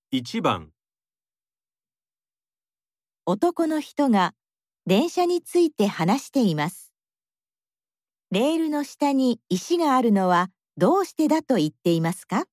1番、 男の人が電車について話しています。レールの下に石があるのはどうしてだと言っていますか？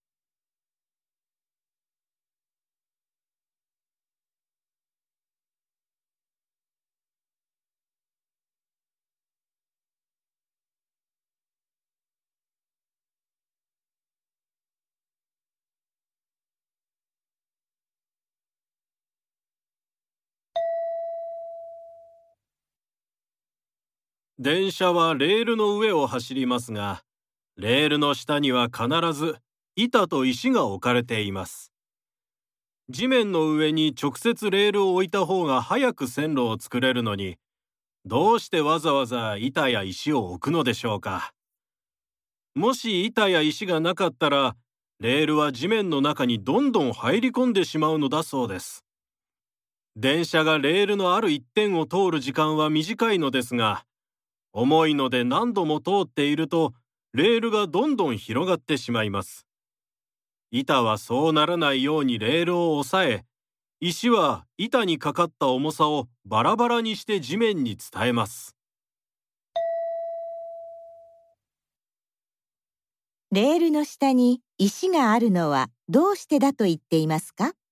電車はレールの上を走りますが、レールの下には必ず板と石が置かれています。地面の上に直接レールを置いた方が早く線路を作れるのに、どうしてわざわざ板や石を置くのでしょうか。もし板や石がなかったら、レールは地面の中にどんどん入り込んでしまうのだそうです。電車がレールのある一点を通る時間は短いのですが、重いので何度も通っていると、レールがどんどん広がってしまいます。板はそうならないようにレールを押さえ、石は板にかかった重さをバラバラにして地面に伝えます。 レールの下に石があるのはどうしてだと言っていますか？